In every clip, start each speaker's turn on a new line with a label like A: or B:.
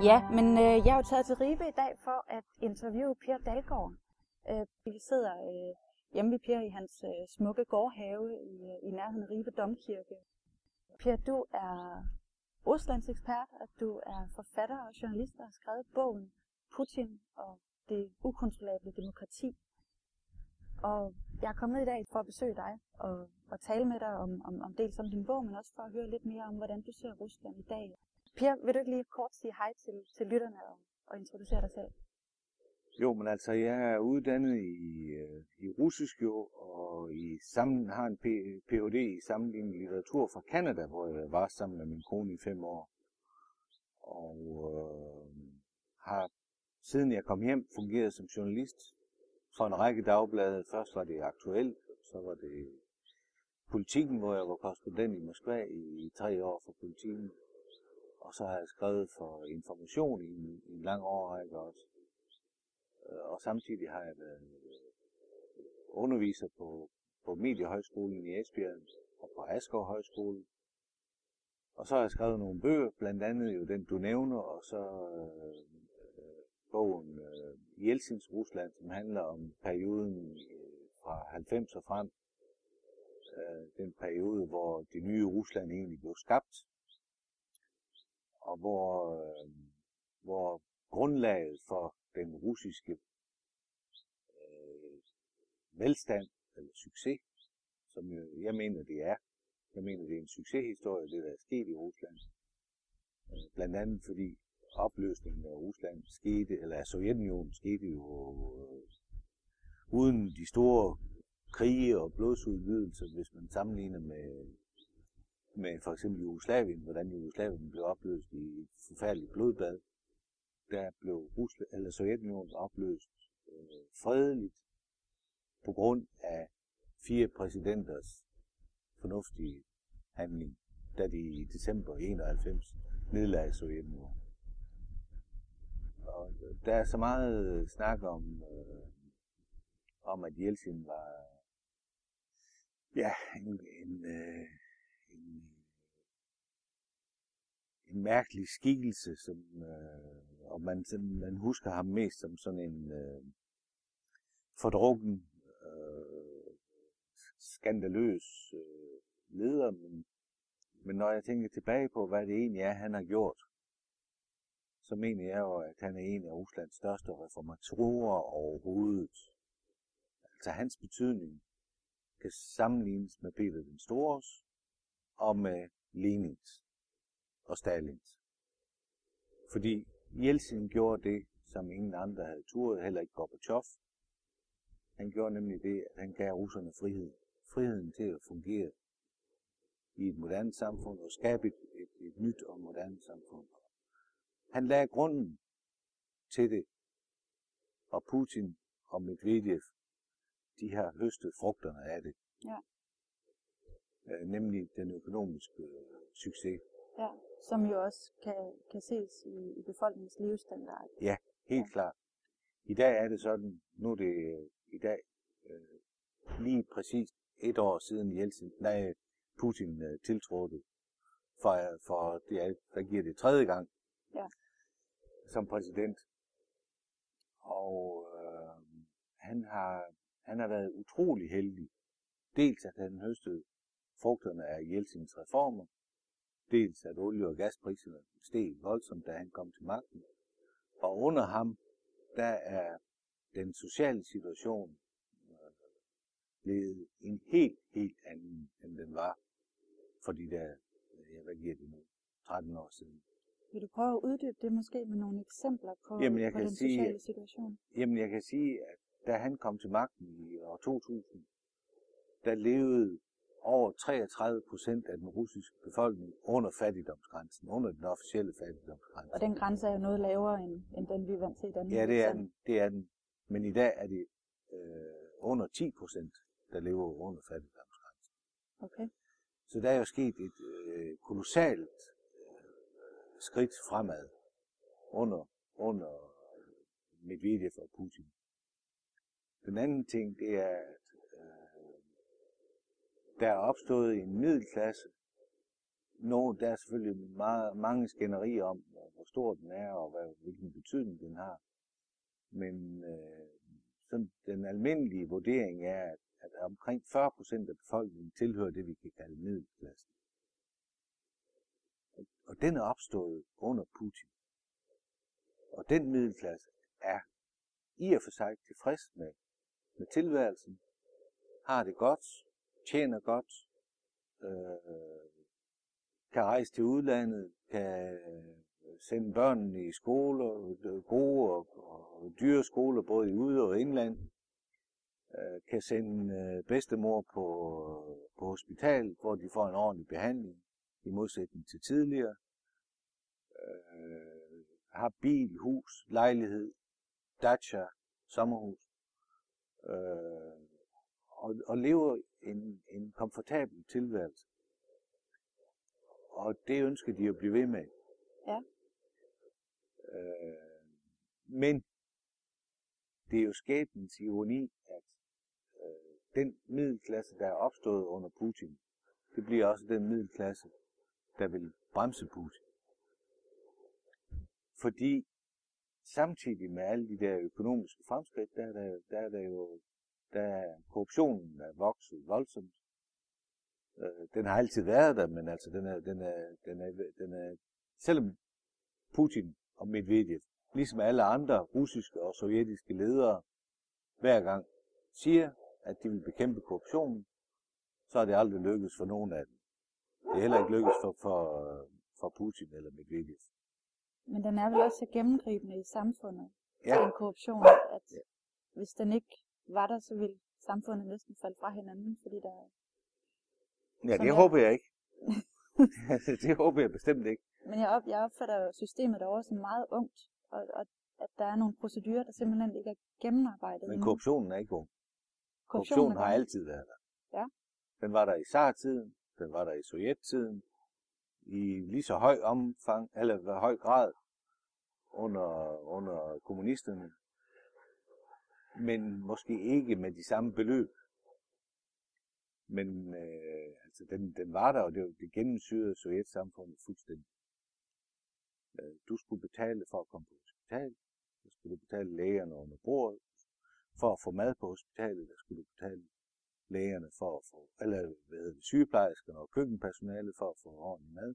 A: Ja, men jeg er jo taget til Ribe i dag for at interviewe Per Dalgaard. Vi sidder hjemme ved Per i hans smukke gårdhave i nærheden af Ribe Domkirke. Per, du er Ruslandsekspert, og du er forfatter og journalist, der har skrevet bogen Putin og det ukontrollable demokrati. Og jeg er kommet i dag for at besøge dig og tale med dig om dels om din bog, men også for at høre lidt mere om, hvordan du ser Rusland i dag. Per, vil du ikke lige kort sige hej til lytterne og introducere dig selv?
B: Jo, men altså, jeg er uddannet i russisk jo, og har en Ph.D. i sammenlignende litteratur fra Canada, hvor jeg var sammen med min kone i 5 år. Og har, siden jeg kom hjem, fungeret som journalist for en række dagblade. Først var det Aktuelt, så var det Politiken, hvor jeg var korrespondent i Moskva i 3 år for Politiken. Og så har jeg skrevet for Information i en lang årrække også. Og samtidig har jeg været underviser på Mediehøjskolen i Esbjerg og på Askov Højskole. Og så har jeg skrevet nogle bøger, blandt andet jo den du nævner, og så bogen Jeltsins Rusland, som handler om perioden fra 90 og frem. Den periode, hvor det nye Rusland egentlig blev skabt. Og hvor grundlaget for den russiske velstand eller succes, som jeg mener det er. Jeg mener det er en succeshistorie, det der er sket i Rusland. Blandt andet fordi opløsningen af Rusland skete, eller af Sovjetunionen skete jo uden de store krige og blodsudgydelser, hvis man sammenligner med for eksempel Jugoslavien, hvordan Jugoslavien blev opløst i et forfærdeligt blodbad. Der blev Sovjetunionen opløst fredeligt på grund af 4 præsidenters fornuftige handling, da de i december 91 nedlagde Sovjetunionen. Og der er så meget snak om at Jeltsin var en mærkelig skikkelse, og man husker ham mest som sådan en fordrukken, skandaløs leder, men når jeg tænker tilbage på, hvad det egentlig er, han har gjort, så mener jeg jo, at han er en af Ruslands største reformatorer overhovedet. Altså hans betydning kan sammenlignes med Peter den Stores og med Lenins og Stalins. Fordi Jeltsin gjorde det, som ingen andre havde turet, heller ikke Gorbatjov. Han gjorde nemlig det, at han gav russerne frihed. Friheden til at fungere i et moderne samfund og skabe et nyt og moderne samfund. Han lagde grunden til det, og Putin og Medvedev, de har høstet frugterne af det.
A: Ja.
B: Nemlig den økonomiske succes.
A: Ja, som jo også kan ses i befolkningens levestandard.
B: Ja, helt klart. I dag er det sådan, nu er det i dag lige præcis 1 år siden Putin tiltrådte, for der giver det 3. gang som præsident. Og han har været utrolig heldig. Dels at han høstede frugterne af Jeltsins reformer, dels at olie- og gaspriserne steg voldsomt, da han kom til magten. Og under ham, der er den sociale situation blevet en helt anden, end den var for de der, hvad giver det nu, 13 år siden.
A: Vil du prøve at uddybe det måske med nogle eksempler på den sociale situation?
B: Jamen jeg kan sige, at da han kom til magten i år 2000, der levede over 33% af den russiske befolkning under fattigdomsgrænsen, under den officielle fattigdomsgrænse.
A: Og den grænse er jo noget lavere end den, vi er vant til i Danmark.
B: Ja, det er den. Men i dag er det under 10%, der lever under fattigdomsgrænsen.
A: Okay.
B: Så der er jo sket et kolossalt skridt fremad under Medvedev og Putin. Den anden ting, det er, at der er opstået en middelklasse. Der er selvfølgelig mange skænderier om, hvor stor den er, og hvilken betydning den har. Men sådan, den almindelige vurdering er, at omkring 40% af befolkningen tilhører det, vi kan kalde middelklassen. Og den er opstået under Putin. Og den middelklasse er i og for sig tilfreds med tilværelsen, har det godt, tjener godt, kan rejse til udlandet, kan sende børnene i skoler, gode og dyre skoler, både i ude- og indland, kan sende bedstemor på hospital, hvor de får en ordentlig behandling, i modsætning til tidligere, har bil, hus, lejlighed, dacha, sommerhus, og lever en komfortabel tilværelse. Og det ønsker de at blive ved med.
A: Ja.
B: Men det er jo skæbnens ironi, at den middelklasse, der er opstået under Putin, det bliver også den middelklasse, der vil bremse Putin. Fordi samtidig med alle de der økonomiske fremskridt, der er korruptionen er vokset voldsomt. Den har altid været der, men altså den er selvom Putin og Medvedev, ligesom alle andre russiske og sovjetiske ledere, hver gang siger, at de vil bekæmpe korruptionen, så er det aldrig lykkedes for nogen af dem. Det er heller ikke lykkedes for Putin eller Medvedev.
A: Men den er vel også så gennemgribende i samfundet,
B: ja.
A: Den korruption, at hvis den ikke var der, så ville samfundet næsten falde fra hinanden, fordi der...
B: Ja, det håber jeg ikke. Det håber jeg bestemt ikke.
A: Men jeg opfatter systemet derovre som meget ungt, og at der er nogle procedurer, der simpelthen ikke er gennemarbejdet.
B: Men korruptionen er ikke ung.
A: Korruptionen
B: har altid været der.
A: Ja.
B: Den var der i tsartiden, den var der i sovjettiden, i lige så høj omfang, eller høj grad under kommunisterne, men måske ikke med de samme beløb. Men altså den var der, og det gennemsyrede sovjetsamfundet fuldstændig. Du skulle betale for at komme på hospital, der skulle du betale lægerne under bordet. For at få mad på hospitalet, der skulle du betale lægerne for at få, sygeplejerskerne og køkkenpersonalet for at få ordentlig mad.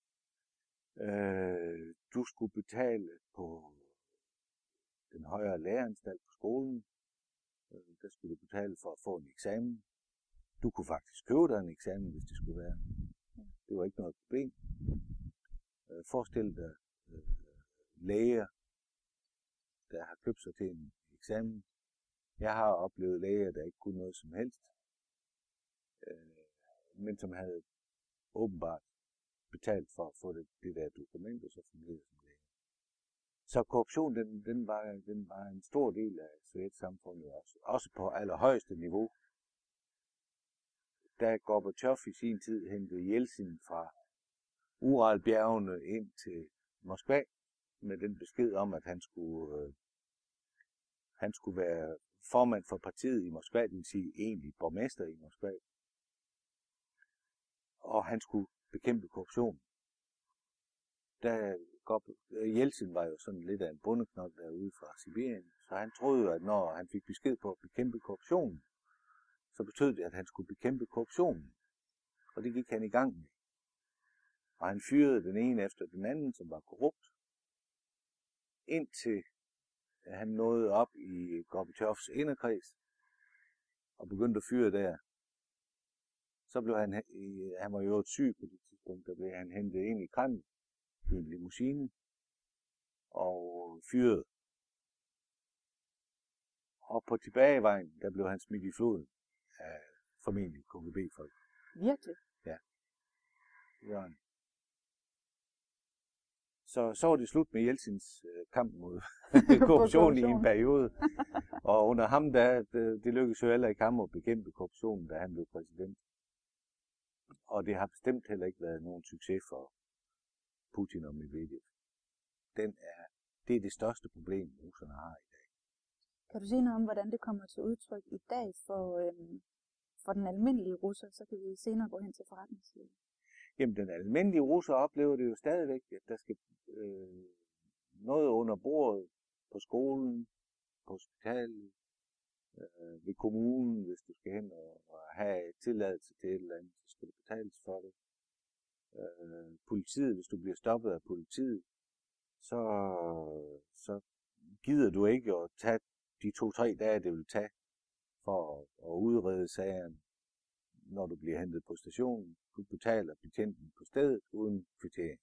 B: Du skulle betale på den højere læreranstalt på skolen. Der skulle du betale for at få en eksamen. Du kunne faktisk købe dig en eksamen, hvis det skulle være. Det var ikke noget problem. Forestil dig læger, der har købt sig til en eksamen. Jeg har oplevet læger, der ikke kunne noget som helst, men som havde åbenbart betalt for at få det der dokument, og så fungerede som læge. Så korruption, den var en stor del af sovjetsamfundet også på allerhøjeste niveau. Da Gorbatjov i sin tid hentede Jeltsin fra Uralbjergene ind til Moskva, med den besked om, at han skulle være formand for partiet i Moskva, det vil sige egentlig borgmester i Moskva, og han skulle bekæmpe korruption. Jeltsin var jo sådan lidt af en bondeknold derude fra Sibirien, så han troede jo, at når han fik besked på at bekæmpe korruption, så betød det, at han skulle bekæmpe korruptionen. Og det gik han i gang med. Og han fyrede den ene efter den anden, som var korrupt, indtil han nåede op i Gorbatjovs inderkreds og begyndte at fyre der. Så blev han var jo syg på det tidspunkt, der blev han hentet ind i Kreml i en limousine og fyret. Og på tilbagevejen, der blev han smidt i floden af formentlig KGB-folk.
A: Virkelig?
B: Ja. Det var han. Så var det slut med Jeltsins kamp mod korruption i en periode. Og under ham, det lykkedes jo heller ikke ham at bekæmpe korruptionen, da han blev præsident. Og det har bestemt heller ikke været nogen succes for Putin og Medvedev. Det er det største problem, russerne har i dag.
A: Kan du sige noget om, hvordan det kommer til udtryk i dag for den almindelige russer? Så kan vi senere gå hen til forretningslivet.
B: Jamen, den almindelige russer oplever det jo stadigvæk, at der skal noget under bordet, på skolen, på hospitalet, ved kommunen, hvis du skal hen og have tilladelse til et eller andet, så skal du betales for det. Politiet, hvis du bliver stoppet af politiet, så gider du ikke at tage de 2-3 dage, det vil tage for at udrede sagen, når du bliver hentet på stationen. Du betaler betjenten på stedet uden kvittering.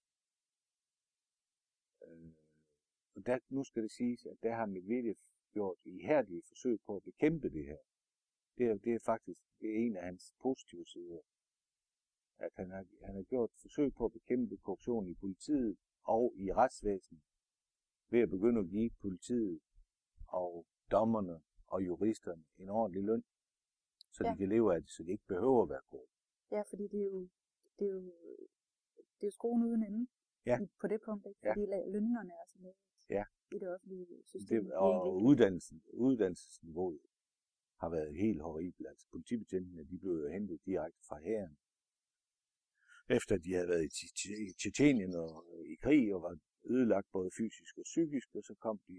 B: Og nu skal det siges, at der har Medvedev gjort ihærdige forsøg på at bekæmpe det her. Det er faktisk en af hans positive sider. At han har gjort forsøg på at bekæmpe korruption i politiet og i retsvæsenet ved at begynde at give politiet og dommerne og juristerne en ordentlig løn, så de kan leve af det, så de ikke behøver at være korrupt.
A: Ja, fordi det er jo skruen uden ende på det punkt, ikke? Fordi lønningerne er så lavt i det offentlige system.
B: Og uddannelsesniveauet har været helt horribelt. Altså politibetjentene, de blev jo hentet direkte fra hæren. Efter de havde været i Tjetjenien og i krig og var ødelagt både fysisk og psykisk, og så kom de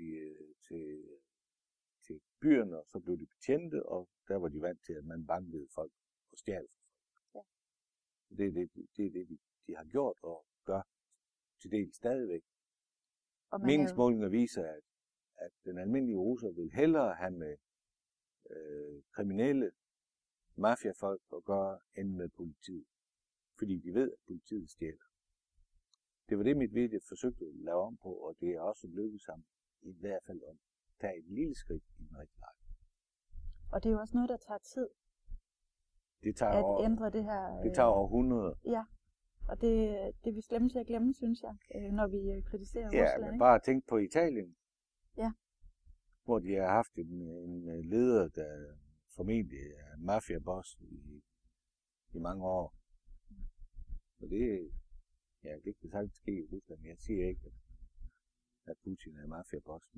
B: til byerne, og så blev de betjente, og der var de vant til, at man bankede folk og stjal fra folk.
A: Ja.
B: Det er det, de har gjort og gør til del stadigvæk. Meningsmålinger viser, at den almindelige russer vil hellere have med kriminelle mafiafolk at gøre, end med politiet. Fordi de ved, at politiet stjæler. Det var det, Medvedev forsøgte at lave om på, og det er også lykkedes ham i hvert fald at tage et lille skridt i den rigtige retning.
A: Og det er jo også noget, der tager tid.
B: Det tager
A: ændre det her.
B: Det tager århundreder.
A: Ja, og det er vi slemme til at glemme, synes jeg, når vi kritiserer Rusland.
B: Ja, men bare tænk på Italien.
A: Ja.
B: Hvor de har haft en leder, der formentlig er mafiaboss i mange år. Og det kan sagtens ske i Rusland. Jeg siger ikke, at Putin er mafiaboss,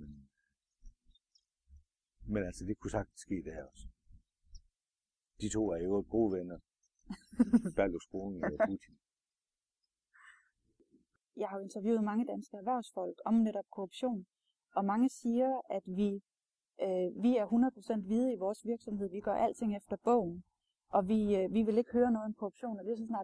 B: men altså det kunne sagtens ske det her også. De to er jo gode venner. Berlusconi og Putin.
A: Jeg har jo interviewet mange danske erhvervsfolk om netop korruption, og mange siger, at vi er 100% hvide i vores virksomhed. Vi gør alting efter bogen, og vi vil ikke høre noget om korruption, og det er så snart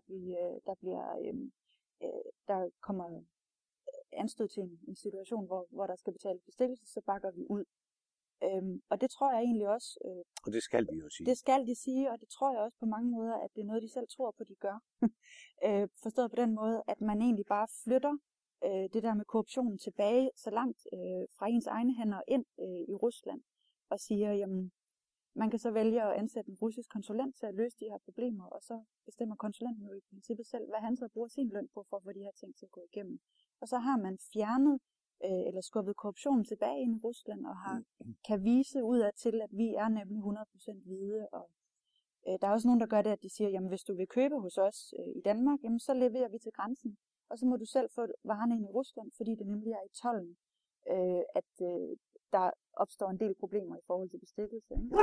A: der kommer anstød til en situation, hvor der skal betales bestikkelse, så bakker vi ud. Og det tror jeg egentlig også.
B: Og det skal de jo sige.
A: Det skal de sige, og det tror jeg også på mange måder, at det er noget, de selv tror på, de gør. Forstået på den måde, at man egentlig bare flytter det der med korruptionen tilbage så langt fra ens egne hænder ind i Rusland, og siger, jamen, man kan så vælge at ansætte en russisk konsulent til at løse de her problemer, og så bestemmer konsulenten jo i princippet selv, hvad han så bruger sin løn på, for at få de her ting til at gå igennem. Og så har man fjernet eller skubbet korruptionen tilbage ind i Rusland, og kan vise ud af til, at vi er nemlig 100% hvide. Og der er også nogen, der gør det, at de siger, jamen hvis du vil købe hos os i Danmark, jamen så leverer vi til grænsen, og så må du selv få varerne ind i Rusland, fordi det nemlig er i tolden, at der opstår en del problemer i forhold til bestikkelse. Ikke?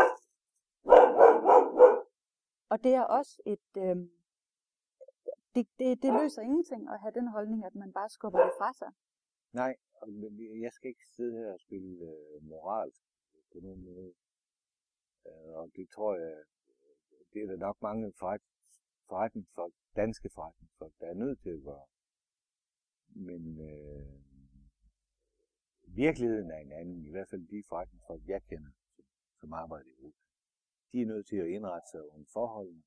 A: Og det er også det løser ingenting at have den holdning, at man bare skubber det fra sig.
B: Nej, jeg skal ikke sidde her og spille moralsk på nogen måde. Og det tror jeg, det er der nok mange forretningsfolk, danske forretningsfolk, der er nødt til at gøre. Men virkeligheden er en anden, i hvert fald de forretningsfolk, jeg kender, som arbejder i Rusland. De er nødt til at indrette sig under forholdene.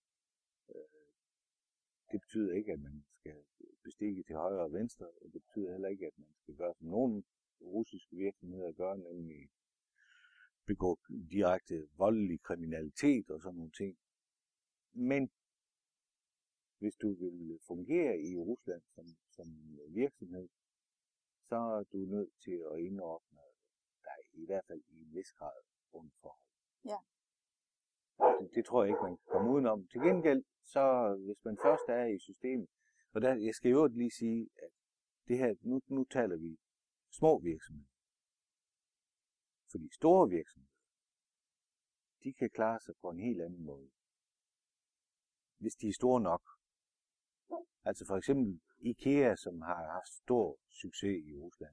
B: Det betyder ikke, at man skal bestikke til højre og venstre, og det betyder heller ikke, at man skal gøre, som nogle russiske virksomheder gør, nemlig begå direkte voldelig kriminalitet og sådan nogle ting. Men hvis du vil fungere i Rusland som virksomhed, så er du nødt til at indordne dig i hvert fald i en vis grad under forhold.
A: Ja.
B: Det tror jeg ikke, man kan komme udenom. Til gengæld, så hvis man først er i systemet, og der, jeg skal jo lige sige, at det her, nu taler vi små virksomheder. Fordi store virksomheder, de kan klare sig på en helt anden måde. Hvis de er store nok. Altså for eksempel IKEA, som har haft stor succes i Rusland,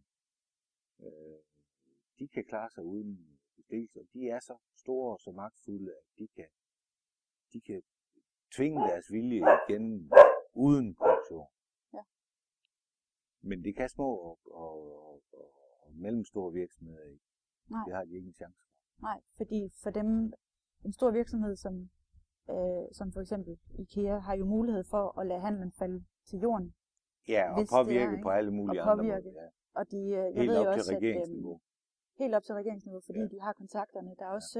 B: de kan klare sig uden bestikkelse. De er så store og så magtfulde, at de kan tvinge deres vilje igennem uden korruption.
A: Ja.
B: Men det kan små og mellemstore virksomheder ikke.
A: Nej.
B: Det har de ikke en chance for.
A: Nej, fordi for dem, en stor virksomhed som for eksempel IKEA, har jo mulighed for at lade handlen falde til jorden.
B: Ja, og påvirke på alle mulige andre måder. Ja.
A: Og de, jeg
B: helt
A: ved
B: op
A: jo
B: til
A: også,
B: regeringsniveau.
A: Helt op til regeringsniveau, fordi de har kontakterne. Der er også,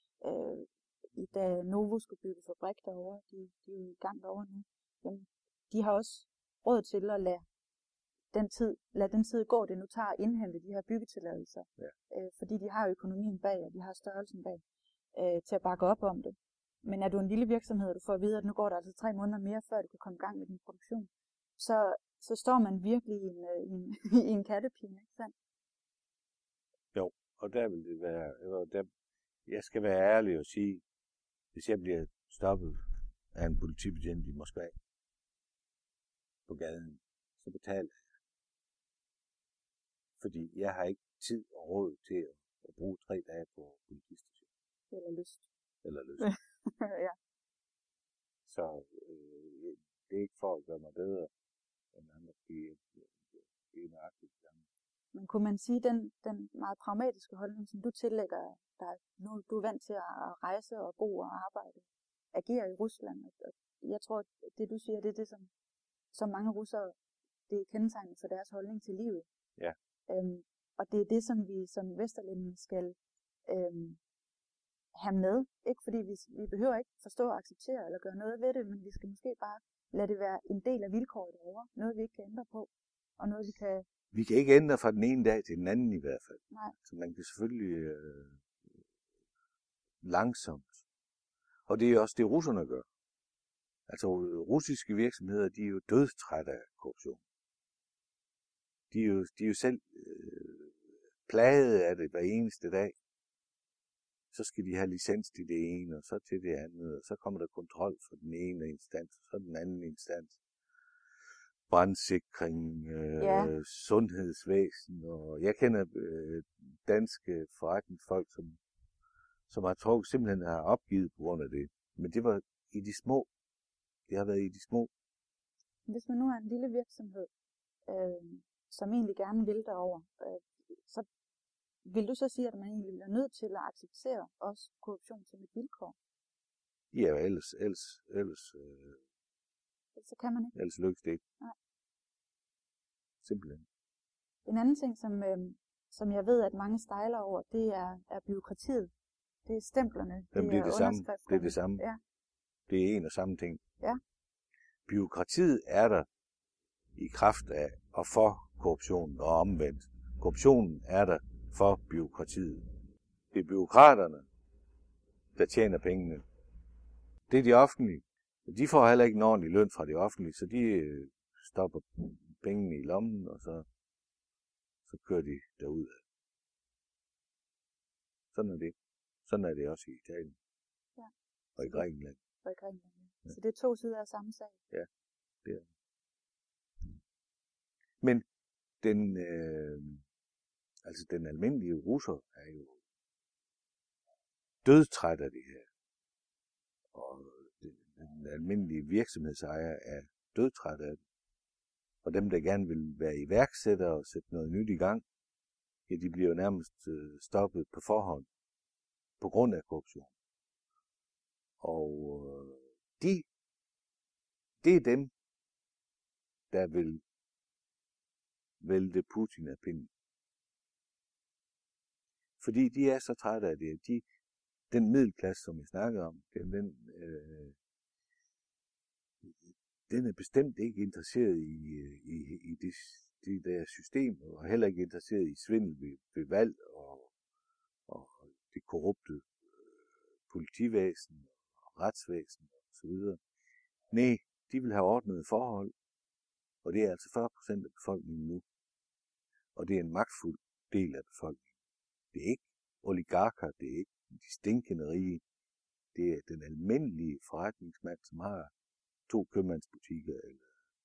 A: da Novo skulle bygge fabrik derovre, de er jo i gang derovre nu, jamen, de har også råd til at lade den tid gå, det nu tager at indhente de her byggetilladelser.
B: Ja.
A: Fordi de har økonomien bag, og de har størrelsen bag, til at bakke op om det. Men er du en lille virksomhed, og du får at vide, at nu går der altså 3 måneder mere, før du kan komme i gang med din produktion, så står man virkelig i en kattepine, ikke sandt?
B: Jo, og der vil det være, jeg skal være ærlig og sige, hvis jeg bliver stoppet af en politibetjent i Moskva på gaden, så betaler jeg. Fordi jeg har ikke tid og råd til at bruge 3 dage på politistation.
A: Eller lyst. Ja.
B: Så det er ikke for at gøre mig bedre end andre, fordi det er nøjagtigt det samme.
A: Men kunne man sige, den meget pragmatiske holdning, som du tillægger dig, nu du er vant til at rejse og bo og arbejde, agere i Rusland, og jeg tror, at det du siger, det er det, som mange russere, det er kendetegnet for deres holdning til livet.
B: Ja.
A: Og det er det, som vi som vesterlændinge skal have med. Ikke fordi vi behøver ikke forstå og acceptere eller gøre noget ved det, men vi skal måske bare lade det være en del af vilkåret derovre. Noget vi ikke kan ændre på, og noget vi kan...
B: Vi kan ikke ændre fra den ene dag til den anden i hvert fald.
A: Nej.
B: Så man kan selvfølgelig langsomt. Og det er også det, russerne gør. Altså russiske virksomheder, de er jo dødstrætte af korruption. De er jo selv plaget af det hver eneste dag. Så skal de have licens til det ene, og så til det andet, og så kommer der kontrol fra den ene instans, og så den anden instans. Brandsikring, sundhedsvæsen, og jeg kender danske forretningsfolk, som har trukket simpelthen har opgivet på grund af det. Men det var i de små. Det har været i de små.
A: Hvis man nu er en lille virksomhed, som egentlig gerne vil derover, så vil du så sige, at man egentlig bliver nødt til at acceptere også korruption som et vilkår?
B: Ja, ellers
A: så kan man ikke.
B: Ellers lykkes det ikke.
A: Nej.
B: Simpelthen.
A: En anden ting, som jeg ved, at mange stejler over, det er byråkratiet. Det er stemplerne.
B: Jamen, det er det samme. Det er det samme.
A: Ja.
B: Det er en og samme ting.
A: Ja.
B: Byråkratiet er der i kraft af og for korruptionen og omvendt. Korruptionen er der for byråkratiet. Det er byråkraterne, der tjener pengene. Det er de offentlige. De får heller ikke en ordentlig løn fra de offentlige, så de stopper pengene i lommen, og så kører de derud. Sådan er det. Sådan er det også i Italien.
A: Ja.
B: Og i Grækenland.
A: Ja. Så det er 2 sider af samme sag.
B: Ja, det er det. Men den almindelige russer er jo dødtræt af det her. Og den almindelige virksomhedsejer er dødtræt af det. Og dem, der gerne vil være iværksættere og sætte noget nyt i gang, ja, de bliver jo nærmest stoppet på forhånd på grund af korruption. Og det er dem, der vil vælte Putin af pinden. Fordi de er så trætte af det. Den middelklasse, som jeg snakkede om, den er bestemt ikke interesseret i det der system, og heller ikke interesseret i svindel ved valg og det korrupte politivæsen og retsvæsen osv. Nej, de vil have ordnede forhold, og det er altså 40% af befolkningen nu. Og det er en magtfuld del af befolkningen. Det er ikke oligarker, det er ikke de stinkende rige. Det er den almindelige forretningsmand, som har 2 købmandsbutikker eller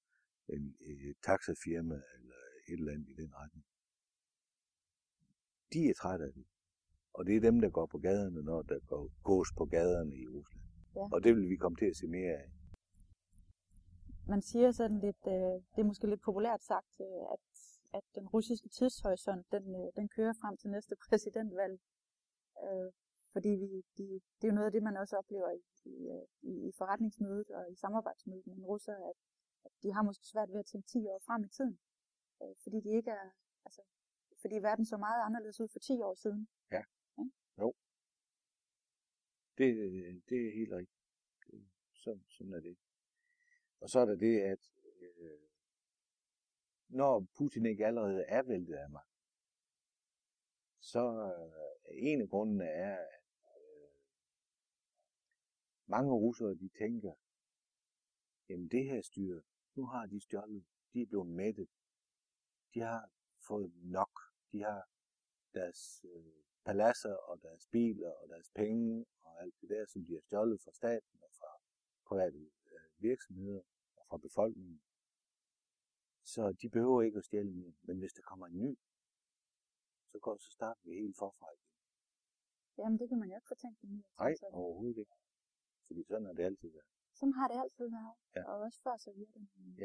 B: et taxafirma eller et eller andet i den retning. De er trætte af det. Og det er dem, der går på gaderne, når der gås på gaderne i Rusland.
A: Ja.
B: Og det vil vi komme til at se mere af.
A: Man siger sådan lidt, det er måske lidt populært sagt, at den russiske tidshorisont, den kører frem til næste præsidentvalg. Fordi det er jo noget af det, man også oplever i forretningsmødet og i samarbejdsmødet med russer, at de har måske svært ved at tænke 10 år frem i tiden. Fordi de ikke er, altså, fordi verden så meget anderledes ud for 10 år siden.
B: Ja. Jo. Det er helt rigtigt. Sådan er det. Og så er der det, at når Putin ikke allerede er væltet af magten, så en af grundene er, at mange russere, de tænker, jamen det her styre, nu har de stjålet, de er blevet mættet, de har fået nok, de har deres paladser og deres biler og deres penge og alt det der, som de har stjålet fra staten og fra private virksomheder og fra befolkningen. Så de behøver ikke at stjæle mere. Men hvis der kommer en ny, så starter vi helt forfra igen.
A: Jamen det kan man jo ikke få tænkt mere.
B: Nej, overhovedet ikke. Fordi sådan har det altid været.
A: Sådan har det altid været.
B: Ja.
A: Og også før Sovjetunionen.
B: Ja.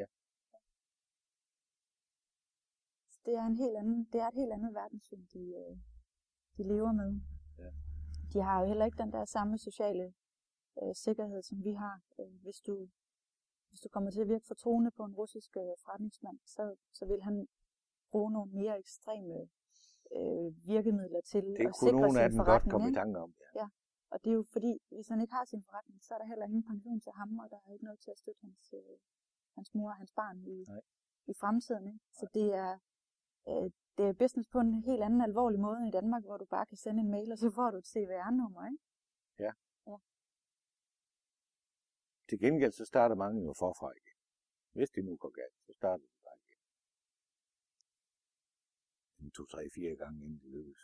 A: Det er et helt andet verdenssyn, de lever med.
B: Ja.
A: De har jo heller ikke den der samme sociale sikkerhed, som vi har. Hvis du kommer til at virke fortroende på en russisk forretningsmand, så vil han bruge nogle mere ekstreme virkemidler til at sikre sin forretning. Det kunne nogen af dem godt komme i tanke om. Ja. Ja. Og det er jo fordi, hvis han ikke har sin forretning, så er der heller ingen pension til ham, og der er ikke noget til at støtte hans mor og hans barn i fremtiden. Ikke? Så det er business på en helt anden alvorlig måde end i Danmark, hvor du bare kan sende en mail, og så får du et CVR-nummer, ikke?
B: Ja. Til gengæld så starter mange jo forfra igen. Hvis det nu går galt, så starter det bare igen. 2, 3, 4 gange inden det lykkes.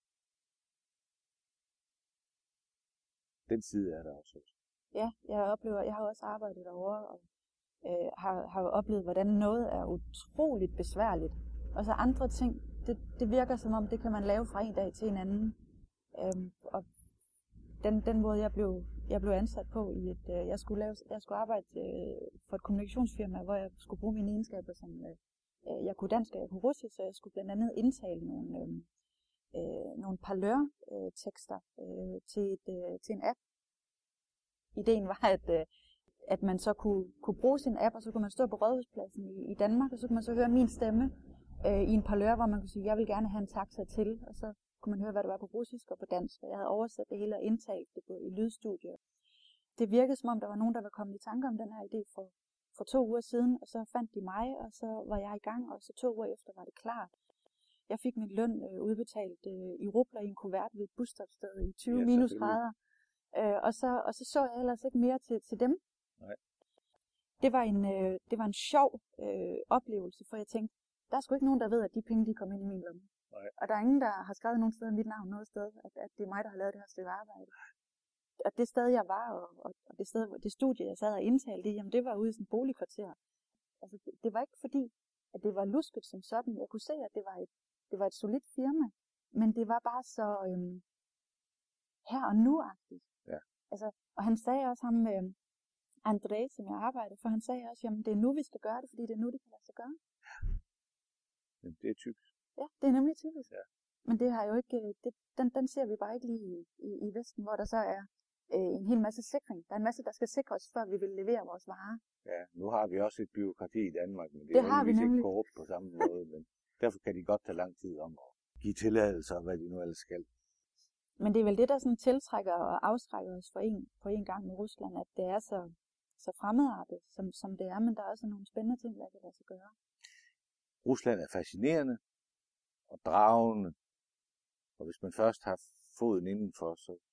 B: Den side er der også.
A: Ja, jeg har også arbejdet derovre, og har jo oplevet, hvordan noget er utroligt besværligt. Og så andre ting, det virker som om, det kan man lave fra en dag til en anden. Og den måde, jeg blev ansat på i jeg skulle arbejde for et kommunikationsfirma, hvor jeg skulle bruge mine egenskaber som jeg kunne dansk og jeg kunne russisk, så jeg skulle blandt andet indtale nogle parlør-tekster til en app. Ideen var, at man så kunne bruge sin app, og så kunne man stå på Rådhuspladsen i Danmark, og så kunne man så høre min stemme i en parlør, hvor man kunne sige, jeg vil gerne have en taxa til, og så kunne man høre, hvad det var på russisk og på dansk, og jeg havde oversat det hele og indtalt det i lydstudiet. Det virkede som om, der var nogen, der var kommet i tanke om den her idé for 2 uger siden, og så fandt de mig, og så var jeg i gang, og så 2 uger efter var det klart. Jeg fik min løn udbetalt i rubler i en kuvert ved et busstopsted i 20 minusgrader, og så jeg ellers ikke mere til dem.
B: Nej.
A: Det var en sjov oplevelse, for jeg tænkte, der er sgu ikke nogen, der ved, at de penge, de kom ind i min lomme.
B: Nej.
A: Og der er ingen, der har skrevet nogen steder mit navn noget sted, at det er mig, der har lavet det her stykke arbejde. Og det sted, jeg var, og det studie, jeg sad og indtalte i, jamen det var ude i sådan et boligkvarter. Altså, det var ikke fordi, at det var lusket som sådan. Jeg kunne se, at det var et solidt firma, men det var bare så her og nu-agtigt.
B: Ja.
A: Altså, og han sagde også ham, André, som jeg arbejdede for, han sagde også, jamen det er nu, vi skal gøre det, fordi det er nu, det kan lade sig gøre.
B: Men det er typisk.
A: Ja, det er nemlig typisk.
B: Ja.
A: Men det har jo ikke, den ser vi bare ikke lige i Vesten, hvor der så er en hel masse sikring. Der er en masse, der skal sikres, før vi vil levere vores varer.
B: Ja, nu har vi også et byråkrati i Danmark, men det er
A: har vi nemlig
B: ikke korrupt på samme måde, men derfor kan de godt tage lang tid om at give tilladelser, hvad de nu ellers skal.
A: Men det er vel det, der sådan tiltrækker og afskrækker os på en gang med Rusland, at det er så fremmedartet, som det er, men der er også nogle spændende ting, der kan lade sig gøre.
B: Rusland er fascinerende og dragende, og hvis man først har foden indenfor,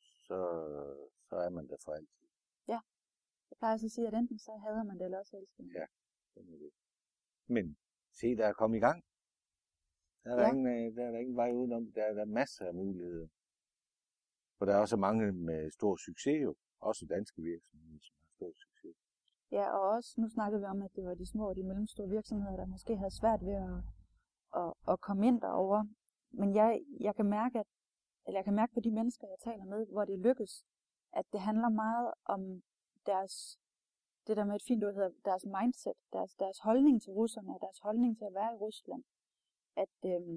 B: så er man der for altid.
A: Ja, jeg plejer så at sige, at enten så hader man det, eller også elsker man det.
B: Ja, sådan er det. Men se, der er kommet i gang. Der er ingen vej udenom. Der er masser af muligheder. For der er også mange med stor succes jo. Også danske virksomheder, som har stor succes.
A: Ja, og også, nu snakkede vi om, at det var de små og de mellemstore virksomheder, der måske havde svært ved at komme ind derover. Men jeg kan mærke på de mennesker, jeg taler med, hvor det lykkes, at det handler meget om det der med et fint ord hedder, deres mindset, deres holdning til russerne, og deres holdning til at være i Rusland. At,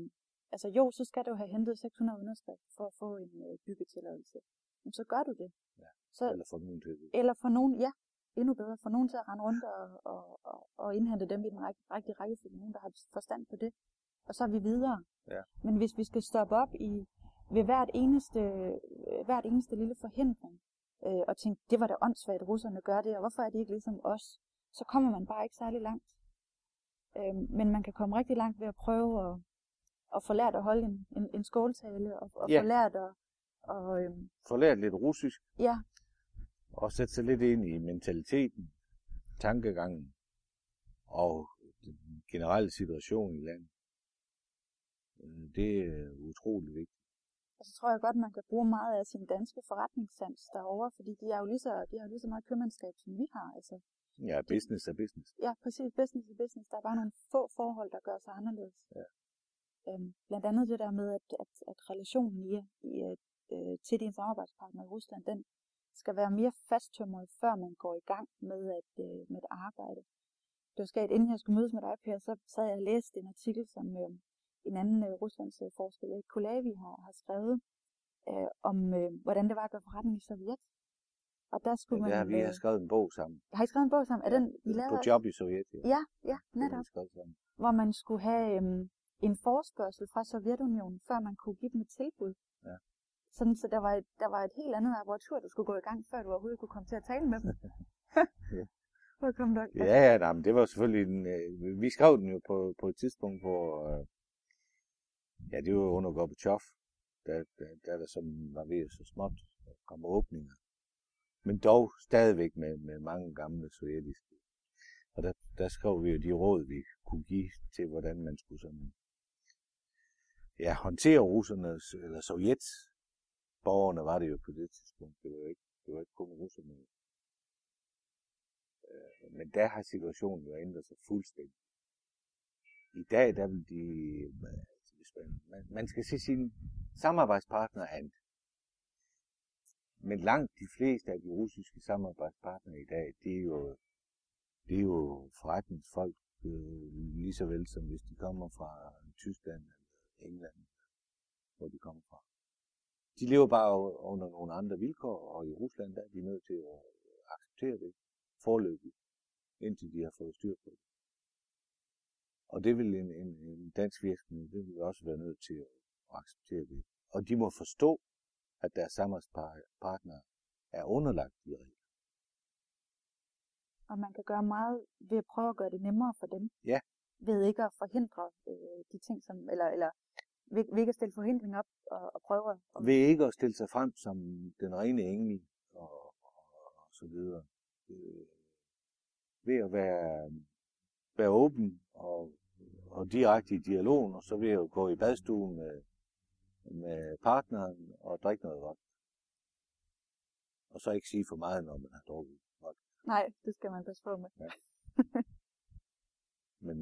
A: så skal du have hentet 600 underskrifter for at få en byggetilladelse. Men så gør du det.
B: Ja.
A: Så,
B: eller for nogen til det.
A: Eller for nogen, ja, endnu bedre, for nogen til at rende rundt og indhente dem i den rigtige rækkefølge, nogen der har forstand på det. Og så er vi videre.
B: Ja.
A: Men hvis vi skal stoppe op ved hvert eneste lille forhindring, og tænke, det var da åndssvagt, at russerne gør det, og hvorfor er de ikke ligesom os, så kommer man bare ikke særlig langt. Men man kan komme rigtig langt ved at prøve at få lært at holde en skåltale, og få lært at...
B: Få lært lidt russisk.
A: Ja.
B: Og sætte sig lidt ind i mentaliteten, tankegangen og den generelle situation i landet. Det er utroligt vigtigt.
A: Og så tror jeg godt, man kan bruge meget af sin danske forretningssans derovre, fordi de har jo lige så meget købmandskab, som vi har. Altså,
B: ja, business er business.
A: Ja, præcis. Business er business. Der er bare nogle få forhold, der gør sig anderledes.
B: Ja.
A: Blandt andet det der med, at relationen til din samarbejdspartner i Rusland, den skal være mere fasttømret, før man går i gang med et arbejde. Det var sket, inden jeg skulle mødes med dig, Per, så sad jeg og læste en artikel, som en anden Ruslands forsker, Erik Kulavi, har skrevet, om hvordan det var at gøre forretning i Sovjet. Og der skulle man...
B: Vi har skrevet en bog sammen.
A: Har I skrevet en bog sammen? Er den, I lavede?
B: På job i Sovjet.
A: Ja, netop. Hvor man skulle have en forespørgsel fra Sovjetunionen, før man kunne give dem et tilbud.
B: Ja.
A: Sådan, så der var et helt andet apparatur, du skulle gå i gang, før du overhovedet kunne komme til at tale med dem. Hvor kom du?
B: Ja, men det var selvfølgelig vi skrev den jo på et tidspunkt, hvor det var under Gorbachev, der som var ved så småt kom åbninger. Men dog stadigvæk med mange gamle sovjetiske. Og der skrev vi jo de råd, vi kunne give til, hvordan man skulle sådan, håndtere russernes, eller Sovjets. Borgerne var det jo på det tidspunkt. Det var ikke kun russerne. Men der har situationen jo ændret sig fuldstændig. I dag, der vil man skal se sine samarbejdspartnere an. Men langt de fleste af de russiske samarbejdspartnere i dag, det er jo forretningsfolk, lige så vel som hvis de kommer fra Tyskland eller England, hvor de kommer fra. De lever bare under nogle andre vilkår, og i Rusland der er de nødt til at acceptere det foreløbigt, indtil de har fået styr på det. Og det vil en dansk virksomhed, det vil også være nødt til at acceptere det. Og de må forstå, at deres samarbejdspartnere er underlagt de regler.
A: Og man kan gøre meget ved at prøve at gøre det nemmere for dem.
B: Ja.
A: Ved ikke at forhindre de ting, som, eller ved ikke at stille forhindringer op og prøve at...
B: Ved ikke at stille sig frem som den rene engel og så videre. Ved at være åben og direkte i dialogen, og så ved at gå i badstuen med partneren og drikke noget godt. Og så ikke sige for meget, når man har drukket godt.
A: Nej, det skal man passe på med.
B: Ja. Men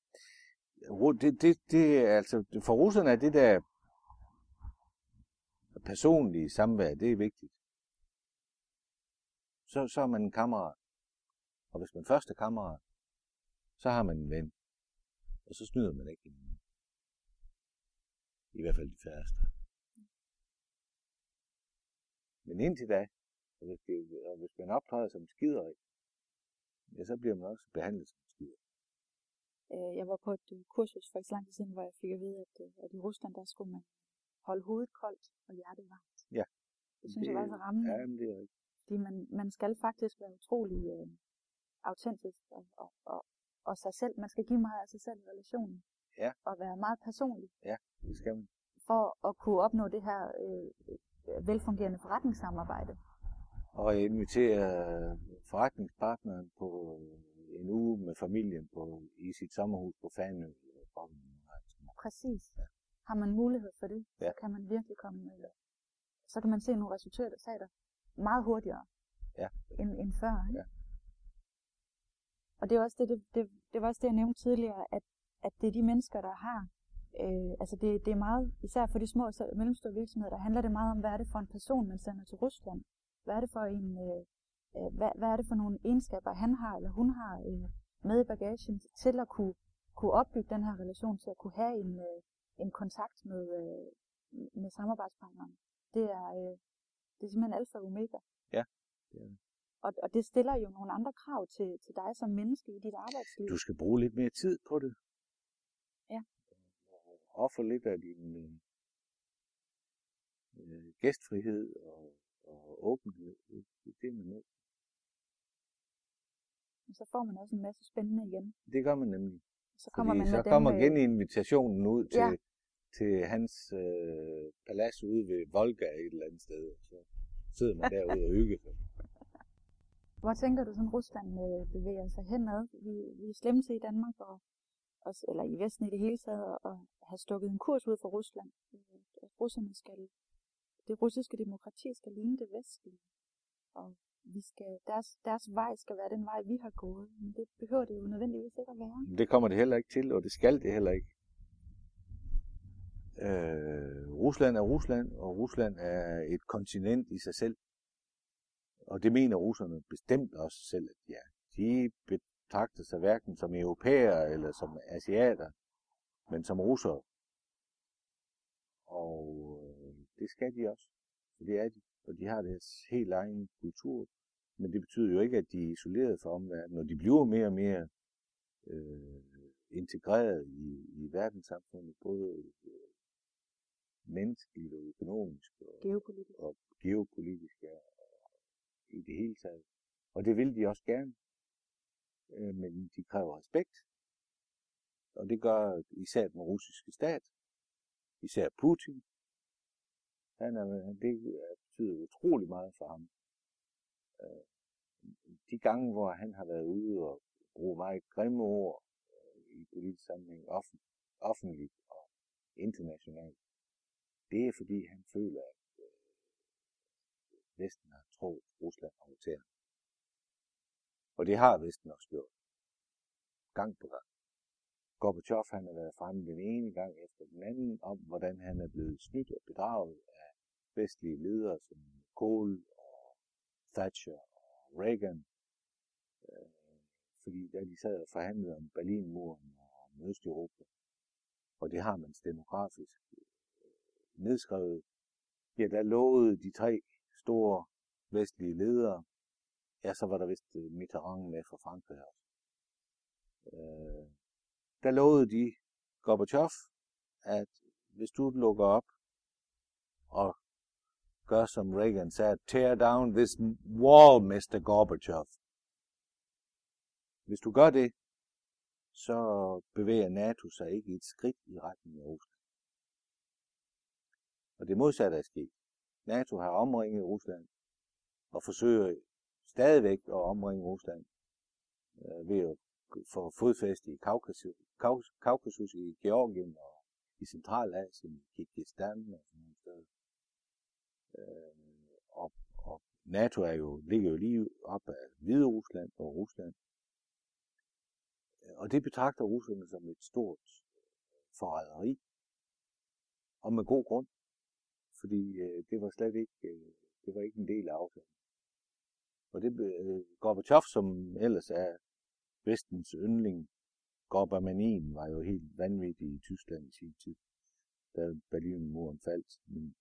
B: altså, for russerne er det der personlige samvær, det er vigtigt. Så er man en kammerat. Og hvis man først er kammerat, så har man en ven. Og så snyder man ikke hinanden. I hvert fald de færreste. Men indtil da, og hvis man optræder som skiderig, så bliver man også behandlet som skiderig.
A: Jeg var på et kursus for ikke så lang tid siden, hvor jeg fik at vide, at i Rusland, der skulle man holde hovedet koldt og hjertet varmt.
B: Ja.
A: Det synes jeg var så rammende.
B: Ja, men det er rigtigt.
A: Fordi man skal faktisk være utrolig autentisk og sig selv. Man skal give meget af sig selv i relationen.
B: Ja.
A: Og være meget personlig.
B: Ja, det skal man.
A: For at kunne opnå det her velfungerende forretningssamarbejde.
B: Og invitere forretningspartneren på en uge med familien i sit sommerhus på Fanø.
A: Præcis. Ja. Har man mulighed for det, så kan man virkelig komme med det. Så kan man se nogle resultater meget hurtigere end før. Ikke?
B: Ja.
A: Og det er også det var også det, jeg nævnte tidligere, at det er de mennesker, der har, altså det er meget, især for de små og mellemstore virksomheder, der handler det meget om, hvad er det for en person, man sender til Rusland? Hvad er det for hvad er det for nogle egenskaber, han har eller hun har med i bagagen til at kunne opbygge den her relation, til at kunne have en kontakt med samarbejdspartneren. Det er simpelthen alfa og omega.
B: Ja, det er det.
A: Og det stiller jo nogle andre krav til dig som menneske i dit arbejdsliv.
B: Du skal bruge lidt mere tid på det.
A: Ja.
B: Offer lidt af din gæstfrihed og åbenhed. Det er man nødt.
A: Og så får man også en masse spændende igen.
B: Det gør man nemlig.
A: Så kommer man
B: så kommer geninvitationen ud til hans palads ude ved Volga et eller andet sted. Så sidder man derude og hygger sig.
A: Hvor tænker du sådan, Rusland bevæger sig henad? Vi er slemme til i Danmark, eller i Vesten i det hele taget, at have stukket en kurs ud for Rusland. Det russiske demokrati skal ligne det vestlige. Og deres vej skal være den vej, vi har gået. Men det behøver det jo nødvendigvis ikke at være.
B: Det kommer det heller ikke til, og det skal det heller ikke. Rusland er Rusland, og Rusland er et kontinent i sig selv. Og det mener russerne bestemt også selv, at ja, de betragter sig hverken som europæer eller som asiater, men som russere. Og det skal de også, for det er de. Og de har deres helt egen kultur. Men det betyder jo ikke, at de er isoleret fra omverdenen, og de bliver mere og mere integreret i verdenssamfundet, både menneskeligt og økonomisk og geopolitisk i det hele taget. Og det vil de også gerne, men de kræver respekt. Og det gør især den russiske stat, især Putin. Det betyder utrolig meget for ham. De gange, hvor han har været ude og bruge meget grimme ord i politisk sammenhæng, offentligt og internationalt, det er fordi han føler, at Vesten har troet Rusland overtager. Og det har Vesten også gjort. Gang på gang. Gorbachev han har været fremme den ene gang efter den anden om, hvordan han er blevet snydt og bedraget af vestlige ledere som Kohl og Thatcher og Reagan. Fordi da de sad og forhandlede om Berlinmuren og om Østeuropa, og det har man stenografisk nedskrevet, ja, der lovede de tre store vestlige ledere, ja, så var der vist Mitterrand med fra Frankrig også. Der lovede de Gorbachev, at hvis du lukker op og gør som Reagan sagde, tear down this wall, Mr. Gorbachev. Hvis du gør det, så bevæger NATO sig ikke et skridt i retning af Rusland. Og det modsatte er sket. NATO har omringet Rusland og forsøger stadigvæk at omringe Rusland ved at få fodfæste i Kaukasus, i Georgien og i Centralasien, i Kirgisistan og sådan nogle steder. Og NATO ligger jo lige op af Hvide Rusland og Rusland. Og det betragter russerne som et stort forræderi. Og med god grund. Fordi det var slet ikke en del af aftalen. Og det Gorbachev, som ellers er Vestens yndling, Gorbamanien, var jo helt vanvittig i Tyskland i sin tid, da Berlinmuren faldt.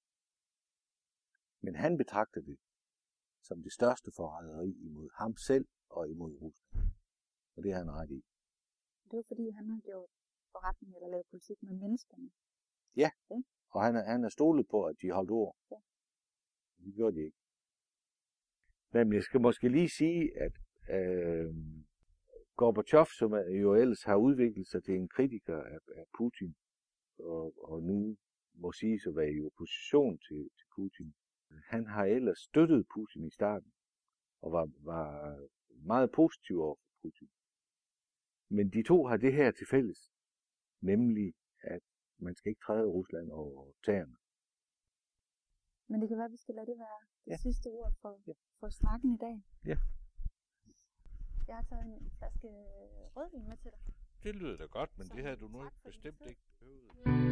B: Men han betragter det som det største forræderi imod ham selv og imod Rusland. Og det har han ret i.
A: Det er jo fordi, han har gjort forretning eller lavet politik med menneskerne.
B: Ja, og han er stolet på, at de holdt ord.
A: Ja.
B: Det gjorde de ikke. Men jeg skal måske lige sige, at Gorbachev, som jo ellers har udviklet sig til en kritiker af Putin, og nu må sige at være i opposition til Putin, han har ellers støttet Putin i starten, og var meget positiv over for Putin. Men de to har det her til fælles, nemlig at man skal ikke træde Rusland over tæerne.
A: Men det kan være, at vi skal lade det være det sidste ord for snakken i dag.
B: Ja.
A: Jeg har taget en flaske rødvin med til dig.
B: Det lyder da godt, men
A: Så
B: det havde du nu
A: tak, fordi du
B: bestemt
A: sidder.
B: ikke behøvet.